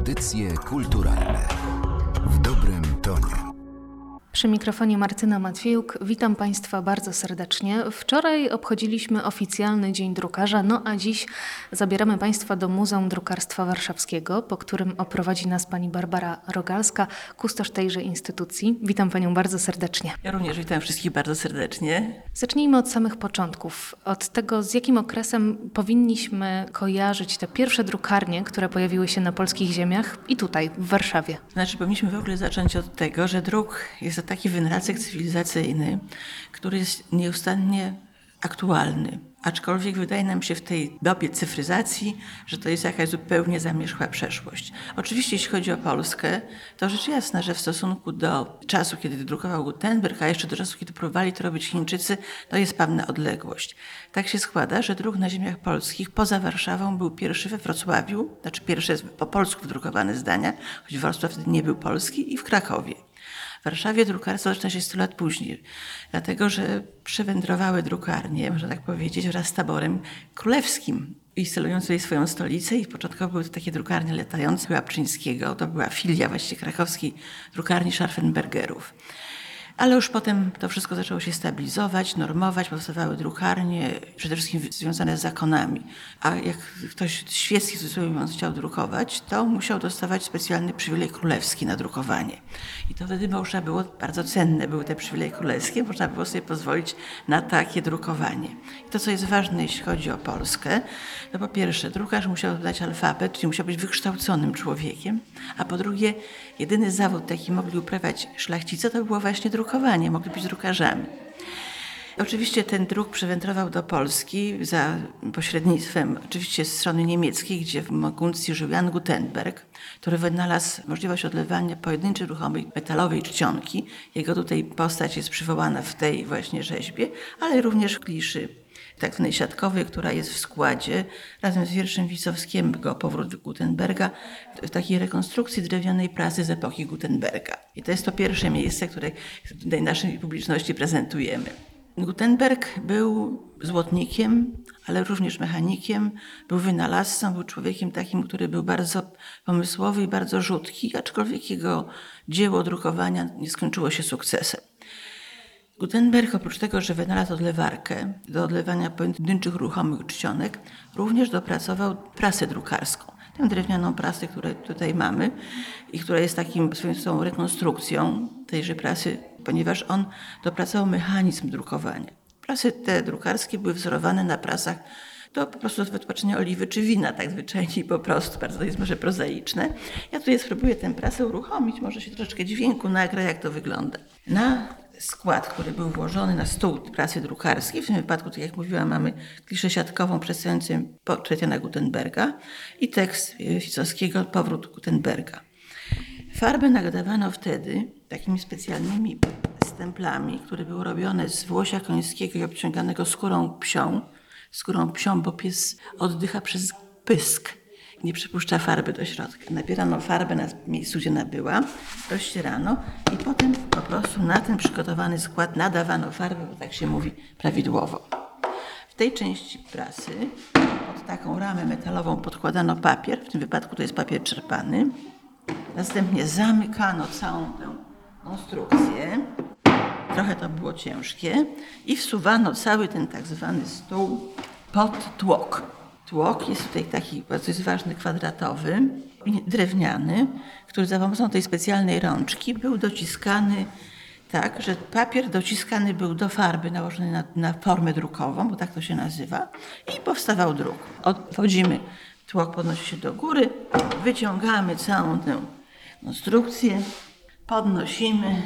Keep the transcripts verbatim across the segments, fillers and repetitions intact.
Audycje kulturalne w dobrym tonie. Przy mikrofonie Martyna Matwiejuk. Witam Państwa bardzo serdecznie. Wczoraj obchodziliśmy oficjalny Dzień Drukarza, no a dziś zabieramy Państwa do Muzeum Drukarstwa Warszawskiego, po którym oprowadzi nas pani Barbara Rogalska, kustosz tejże instytucji. Witam Panią bardzo serdecznie. Ja również witam wszystkich bardzo serdecznie. Zacznijmy od samych początków, od tego, z jakim okresem powinniśmy kojarzyć te pierwsze drukarnie, które pojawiły się na polskich ziemiach i tutaj, w Warszawie. Znaczy, powinniśmy w ogóle zacząć od tego, że druk jest taki wynalazek cywilizacyjny, który jest nieustannie aktualny. Aczkolwiek wydaje nam się w tej dobie cyfryzacji, że to jest jakaś zupełnie zamierzchła przeszłość. Oczywiście jeśli chodzi o Polskę, to rzecz jasna, że w stosunku do czasu, kiedy drukował Gutenberg, a jeszcze do czasu, kiedy próbowali to robić Chińczycy, to jest pewna odległość. Tak się składa, że druk na ziemiach polskich poza Warszawą był pierwszy we Wrocławiu, znaczy pierwsze po polsku drukowane zdania, choć Wrocław wtedy nie był polski, i w Krakowie. W Warszawie drukarstwo zaczyna się sto lat później, dlatego że przewędrowały drukarnie, można tak powiedzieć, wraz z taborem królewskim, instalując tutaj swoją stolicę, i początkowo były to takie drukarnie latające Łapczyńskiego, to była filia właściwie krakowskiej drukarni Scharfenbergerów. Ale już potem to wszystko zaczęło się stabilizować, normować, powstawały drukarnie, przede wszystkim związane z zakonami. A jak ktoś świecki, co sobie mówiąc, chciał drukować, to musiał dostawać specjalny przywilej królewski na drukowanie. I to wtedy można było, bardzo cenne były te przywileje królewskie, można było sobie pozwolić na takie drukowanie. I to, co jest ważne, jeśli chodzi o Polskę, to po pierwsze, drukarz musiał znać alfabet, czyli musiał być wykształconym człowiekiem, a po drugie, jedyny zawód, jaki mogli uprawiać szlachcice, to było właśnie drukowanie, mogli być drukarzami. Oczywiście ten druk przywędrował do Polski za pośrednictwem oczywiście strony niemieckiej, gdzie w Moguncji żył Jan Gutenberg, który wynalazł możliwość odlewania pojedynczej ruchomej metalowej czcionki. Jego tutaj postać jest przywołana w tej właśnie rzeźbie, ale również w kliszy tak zwanej siatkowej, która jest w składzie razem z wierszem Wisowskiego Powrót Gutenberga w takiej rekonstrukcji drewnianej prasy z epoki Gutenberga. I to jest to pierwsze miejsce, które tutaj naszej publiczności prezentujemy. Gutenberg był złotnikiem, ale również mechanikiem, był wynalazcą, był człowiekiem takim, który był bardzo pomysłowy i bardzo rzutki, aczkolwiek jego dzieło drukowania nie skończyło się sukcesem. Gutenberg, oprócz tego, że wynalazł odlewarkę do odlewania pojedynczych ruchomych czcionek, również dopracował prasę drukarską. Tę drewnianą prasę, którą tutaj mamy i która jest takim swoją rekonstrukcją tejże prasy, ponieważ on dopracował mechanizm drukowania. Prasy te drukarskie były wzorowane na prasach do po prostu wytłaczenia oliwy czy wina, tak zwyczajnie po prostu, bardzo to jest może prozaiczne. Ja tutaj spróbuję tę prasę uruchomić, może się troszeczkę dźwięku nagra, jak to wygląda. Na skład, który był włożony na stół prasy drukarskiej, w tym wypadku, tak jak mówiłam, mamy kliszę siatkową przedstawiającą portret Jana Gutenberga i tekst Wisowskiego Powrót Gutenberga. Farbę nadawano wtedy takimi specjalnymi stemplami, które były robione z włosia końskiego i obciąganego skórą psią, skórą psią, bo pies oddycha przez pysk. Nie przypuszcza farby do środka. Nabierano farbę na miejscu, gdzie nabyła, rozcierano i potem po prostu na ten przygotowany skład nadawano farbę, bo tak się mówi prawidłowo. W tej części prasy pod taką ramę metalową podkładano papier, w tym wypadku to jest papier czerpany. Następnie zamykano całą tę konstrukcję, trochę to było ciężkie, i wsuwano cały ten tak zwany stół pod tłok. Tłok jest tutaj taki, bardzo jest ważny, kwadratowy, drewniany, który za pomocą tej specjalnej rączki był dociskany tak, że papier dociskany był do farby nałożony na, na formę drukową, bo tak to się nazywa, i powstawał druk. Odchodzimy, tłok podnosi się do góry, wyciągamy całą tę konstrukcję, podnosimy,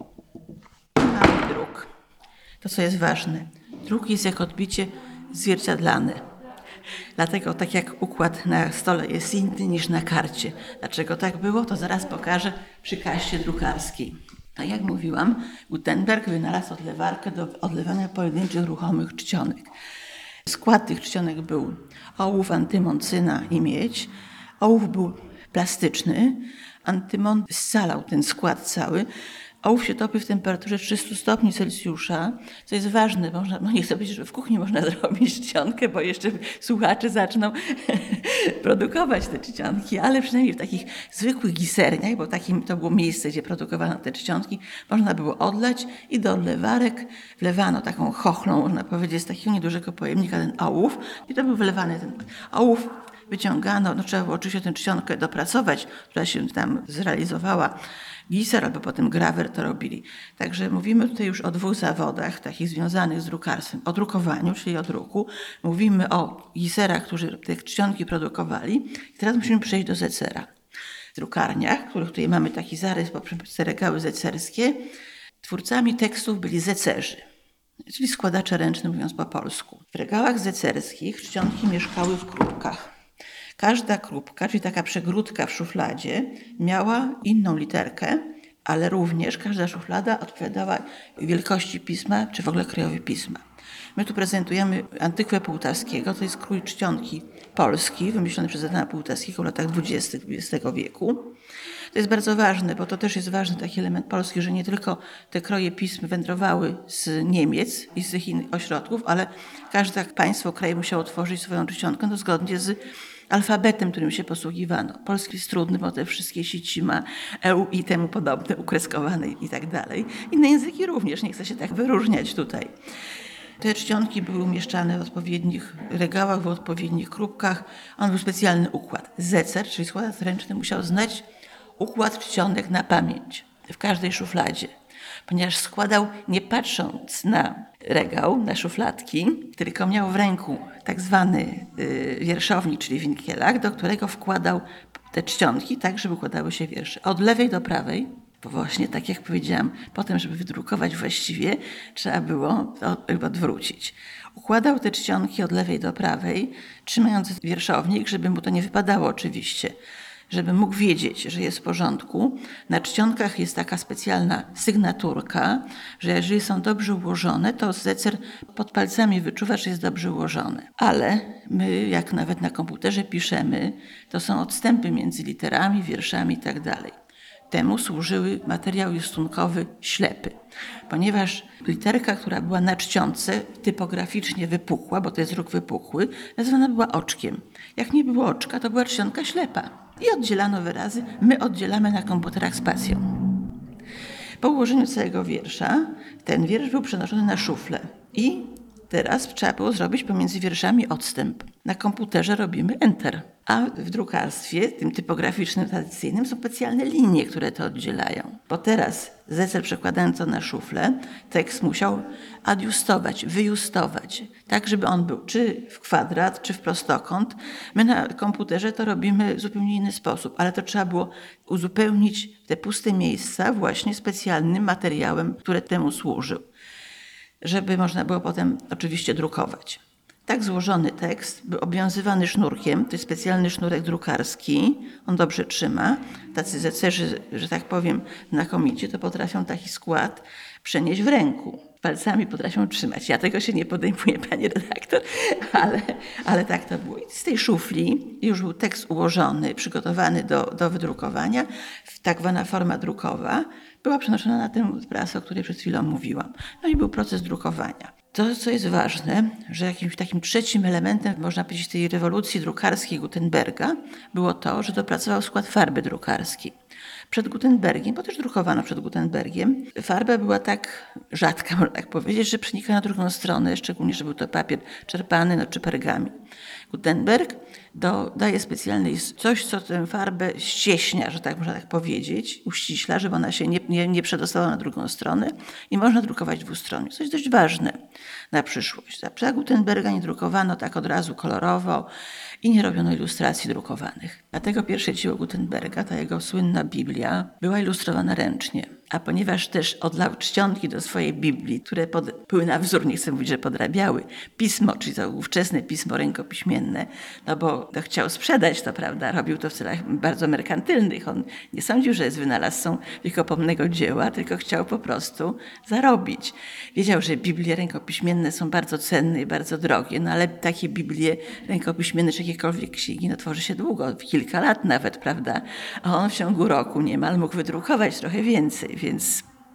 mamy druk. To, co jest ważne, druk jest jak odbicie zwierciadlane. Dlatego tak jak układ na stole jest inny niż na karcie. Dlaczego tak było, to zaraz pokażę przy kaście drukarskiej. A jak mówiłam, Gutenberg wynalazł odlewarkę do odlewania pojedynczych ruchomych czcionek. Skład tych czcionek był ołów, antymon, cyna i miedź. Ołów był plastyczny, antymon scalał ten skład cały, Ołów się topi w temperaturze trzysta stopni Celsjusza, co jest ważne. Można, no nie chcę powiedzieć, że w kuchni można zrobić czcionkę, bo jeszcze słuchacze zaczną produkować te czcionki, ale przynajmniej w takich zwykłych giserniach, bo takim to było miejsce, gdzie produkowano te czcionki, można było odlać i do odlewarek wlewano taką chochlą, można powiedzieć, z takiego niedużego pojemnika ten ołów i to był wlewany ten ołów. Wyciągano, no trzeba było oczywiście tę czcionkę dopracować, która się tam zrealizowała. Giser albo potem grawer to robili. Także mówimy tutaj już o dwóch zawodach takich związanych z drukarstwem. O drukowaniu, czyli o druku. Mówimy o giserach, którzy te czcionki produkowali. I teraz musimy przejść do zecera. W drukarniach, których tutaj mamy taki zarys, bo te regały zecerskie, twórcami tekstów byli zecerzy, czyli składacze ręczne, mówiąc po polsku. W regałach zecerskich czcionki mieszkały w krupkach. Każda krupka, czyli taka przegródka w szufladzie, miała inną literkę, ale również każda szuflada odpowiadała wielkości pisma, czy w ogóle krojowi pisma. My tu prezentujemy Antykwę Półtawskiego, to jest krój czcionki polski, wymyślony przez Adama Półtawskiego w latach dwudziestych dwudziestego wieku. To jest bardzo ważne, bo to też jest ważny taki element polski, że nie tylko te kroje pism wędrowały z Niemiec i z tych innych ośrodków, ale każde państwo, kraj musiało tworzyć swoją czcionkę no, zgodnie z alfabetem, którym się posługiwano. Polski jest trudny, bo te wszystkie sieci ma E U i temu podobne, ukreskowane i tak dalej. Inne języki również, nie chcę się tak wyróżniać tutaj. Te czcionki były umieszczane w odpowiednich regałach, w odpowiednich krupkach. On był specjalny układ. Zecer, czyli składacz ręczny, musiał znać układ czcionek na pamięć w każdej szufladzie, ponieważ składał nie patrząc na regał, na szufladki, tylko miał w ręku tak zwany y, wierszownik, czyli winkielak, do którego wkładał te czcionki tak, żeby układały się wiersze. Od lewej do prawej, bo właśnie tak jak powiedziałam, potem, żeby wydrukować właściwie, trzeba było to odwrócić. Układał te czcionki od lewej do prawej, trzymając wierszownik, żeby mu to nie wypadało oczywiście, żeby mógł wiedzieć, że jest w porządku. Na czcionkach jest taka specjalna sygnaturka, że jeżeli są dobrze ułożone, to zecer pod palcami wyczuwa, że jest dobrze ułożone. Ale my, jak nawet na komputerze piszemy, to są odstępy między literami, wierszami i tak dalej. Temu służyły materiał justunkowy ślepy, ponieważ literka, która była na czcionce, typograficznie wypukła, bo to jest druk wypukły, nazwana była oczkiem. Jak nie było oczka, to była czcionka ślepa. I oddzielano wyrazy. My oddzielamy na komputerach spacją. Po ułożeniu całego wiersza, ten wiersz był przenoszony na szuflę. I teraz trzeba było zrobić pomiędzy wierszami odstęp. Na komputerze robimy enter. A w drukarstwie, tym typograficznym, tradycyjnym, są specjalne linie, które to oddzielają. Bo teraz zecer, przekładając to na szuflę, tekst musiał adjustować, wyjustować, tak żeby on był czy w kwadrat, czy w prostokąt. My na komputerze to robimy w zupełnie inny sposób, ale to trzeba było uzupełnić te puste miejsca właśnie specjalnym materiałem, który temu służył, żeby można było potem oczywiście drukować. Tak złożony tekst był obwiązywany sznurkiem, to jest specjalny sznurek drukarski, on dobrze trzyma. Tacy zecerzy, że tak powiem, znakomici, to potrafią taki skład przenieść w ręku. Palcami potrafią trzymać. Ja tego się nie podejmuję, pani redaktor, ale, ale tak to było. I z tej szufli już był tekst ułożony, przygotowany do, do wydrukowania. Tak zwana forma drukowa była przenoszona na tę prasę, o której przed chwilą mówiłam. No i był proces drukowania. To, co jest ważne, że jakimś takim trzecim elementem, można powiedzieć, tej rewolucji drukarskiej Gutenberga było to, że dopracował skład farby drukarskiej. Przed Gutenbergiem, bo też drukowano przed Gutenbergiem, farba była tak rzadka, można tak powiedzieć, że przenikała na drugą stronę, szczególnie, że był to papier czerpany no, czy pergamin. Gutenberg do, daje specjalne coś, co tę farbę ścieśnia, że tak można tak powiedzieć, uściśla, żeby ona się nie, nie, nie przedostała na drugą stronę i można drukować dwustronnie. Coś dość ważne na przyszłość. Za Gutenberga nie drukowano tak od razu kolorowo i nie robiono ilustracji drukowanych. Dlatego pierwsze dzieło Gutenberga, ta jego słynna Biblia, była ilustrowana ręcznie. A ponieważ też odlał czcionki do swojej Biblii, które pod, były na wzór, nie chcę mówić, że podrabiały, pismo, czyli to ówczesne pismo rękopiśmienne, no bo to chciał sprzedać to, prawda, robił to w celach bardzo merkantylnych. On nie sądził, że jest wynalazcą wiekopomnego dzieła, tylko chciał po prostu zarobić. Wiedział, że Biblie rękopiśmienne są bardzo cenne i bardzo drogie, no ale takie Biblie rękopiśmienne, czy jakiekolwiek księgi, no tworzy się długo, kilka lat nawet, prawda, a on w ciągu roku niemal mógł wydrukować trochę więcej. Więc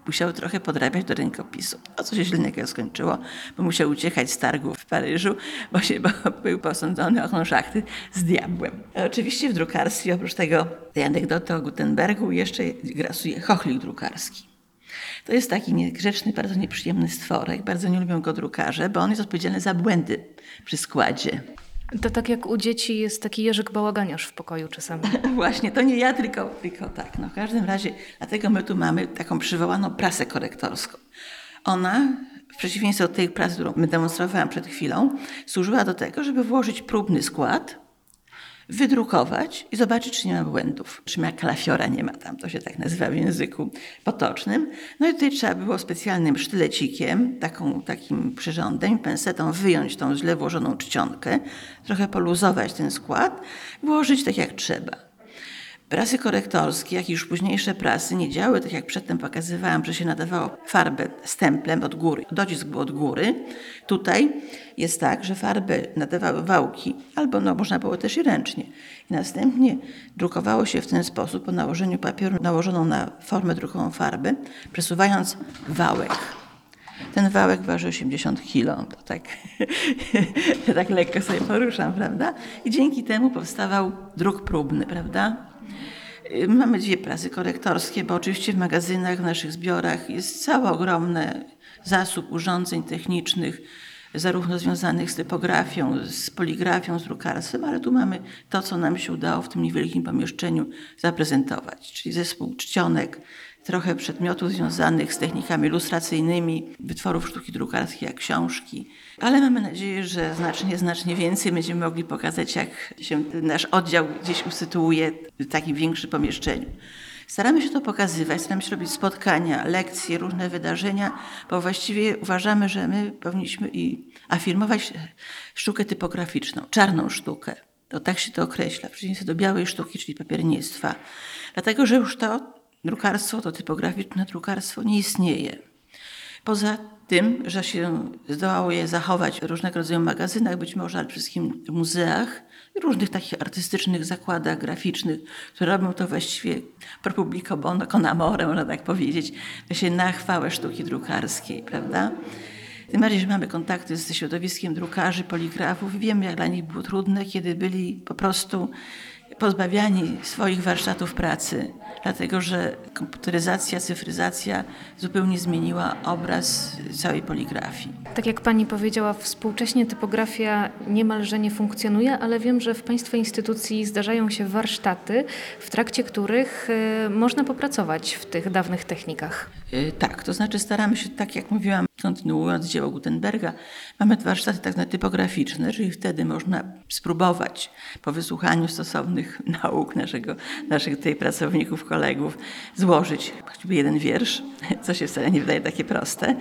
musiał trochę podrabiać do rękopisu. O co się źle skończyło, bo musiał uciekać z targu w Paryżu, bo, się, bo był posądzony o konszachty z diabłem. A oczywiście w drukarstwie, oprócz tego tej anegdoty o Gutenbergu, jeszcze grasuje chochlik drukarski. To jest taki niegrzeczny, bardzo nieprzyjemny stworek. Bardzo nie lubią go drukarze, bo on jest odpowiedzialny za błędy przy składzie. To tak jak u dzieci jest taki Jerzyk bałaganiarz w pokoju czasami. Właśnie, to nie ja, tylko, tylko tak. No w każdym razie, dlatego my tu mamy taką przywołaną prasę korektorską. Ona, w przeciwieństwie do tej prasy, którą my demonstrowałam przed chwilą, służyła do tego, żeby włożyć próbny skład, wydrukować i zobaczyć, czy nie ma błędów. Czy ma kalafiora nie ma tam, to się tak nazywa w języku potocznym. No i tutaj trzeba było specjalnym sztylecikiem, taką, takim przyrządem, pensetą wyjąć tą źle włożoną czcionkę, trochę poluzować ten skład, włożyć tak jak trzeba. Prasy korektorskie, jak i już późniejsze prasy nie działy, tak jak przedtem pokazywałam, że się nadawało farbę stemplem od góry. Docisk był od góry. Tutaj jest tak, że farbę nadawały wałki, albo no, można było też i ręcznie. I następnie drukowało się w ten sposób, po nałożeniu papieru nałożoną na formę drukową farbę, przesuwając wałek. Ten wałek waży osiemdziesiąt kilo, to tak, ja tak lekko sobie poruszam, prawda? I dzięki temu powstawał druk próbny, prawda? Mamy dwie prasy korektorskie, bo oczywiście w magazynach, w naszych zbiorach jest cały ogromny zasób urządzeń technicznych, zarówno związanych z typografią, z poligrafią, z drukarstwem, ale tu mamy to, co nam się udało w tym niewielkim pomieszczeniu zaprezentować, czyli zespół czcionek, trochę przedmiotów związanych z technikami ilustracyjnymi, wytworów sztuki drukarskiej, jak książki. Ale mamy nadzieję, że znacznie, znacznie więcej będziemy mogli pokazać, jak się nasz oddział gdzieś usytuuje w takim większym pomieszczeniu. Staramy się to pokazywać, staramy się robić spotkania, lekcje, różne wydarzenia, bo właściwie uważamy, że my powinniśmy i afirmować sztukę typograficzną, czarną sztukę. To tak się to określa, w przeciwieństwie do białej sztuki, czyli papiernictwa. Dlatego, że już to drukarstwo, to typograficzne drukarstwo nie istnieje. Poza tym, że się zdołało je zachować w różnego rodzaju magazynach, być może ale przede wszystkim w muzeach i różnych takich artystycznych zakładach graficznych, które robią to właściwie pro publico bono, con amore, można tak powiedzieć, się na chwałę sztuki drukarskiej, prawda? Tym bardziej, że mamy kontakty ze środowiskiem drukarzy, poligrafów i wiemy, jak dla nich było trudne, kiedy byli po prostu pozbawiani swoich warsztatów pracy, dlatego że komputeryzacja, cyfryzacja zupełnie zmieniła obraz całej poligrafii. Tak jak pani powiedziała, współcześnie typografia niemalże nie funkcjonuje, ale wiem, że w państwa instytucji zdarzają się warsztaty, w trakcie których y, można popracować w tych dawnych technikach. Yy, tak, to znaczy staramy się, tak jak mówiłam, kontynuując dzieło Gutenberga, mamy warsztaty tak zwane typograficzne, czyli wtedy można spróbować po wysłuchaniu stosownych nauk naszego, naszych tutaj pracowników, kolegów, złożyć choćby jeden wiersz, co się wcale nie wydaje takie proste,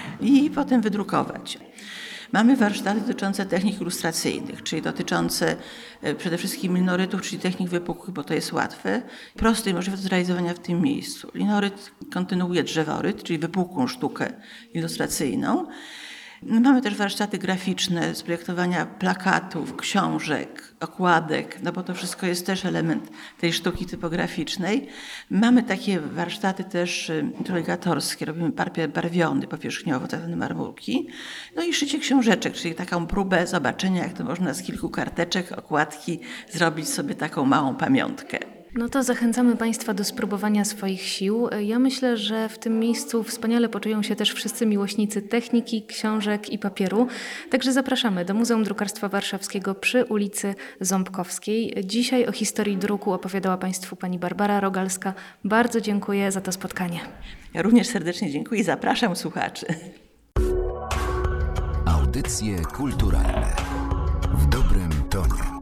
i potem wydrukować. Mamy warsztaty dotyczące technik ilustracyjnych, czyli dotyczące przede wszystkim linorytów, czyli technik wypukłych, bo to jest łatwe, proste i możliwe do zrealizowania w tym miejscu. Linoryt kontynuuje drzeworyt, czyli wypukłą sztukę ilustracyjną. Mamy też warsztaty graficzne z projektowania plakatów, książek, okładek, no bo to wszystko jest też element tej sztuki typograficznej. Mamy takie warsztaty też interligatorskie, robimy papier barwiony powierzchniowo, tak zwane marmurki. No i szycie książeczek, czyli taką próbę zobaczenia, jak to można z kilku karteczek, okładki zrobić sobie taką małą pamiątkę. No to zachęcamy Państwa do spróbowania swoich sił. Ja myślę, że w tym miejscu wspaniale poczują się też wszyscy miłośnicy techniki, książek i papieru. Także zapraszamy do Muzeum Drukarstwa Warszawskiego przy ulicy Ząbkowskiej. Dzisiaj o historii druku opowiadała Państwu pani Barbara Rogalska. Bardzo dziękuję za to spotkanie. Ja również serdecznie dziękuję i zapraszam słuchaczy. Audycje kulturalne w dobrym tonie.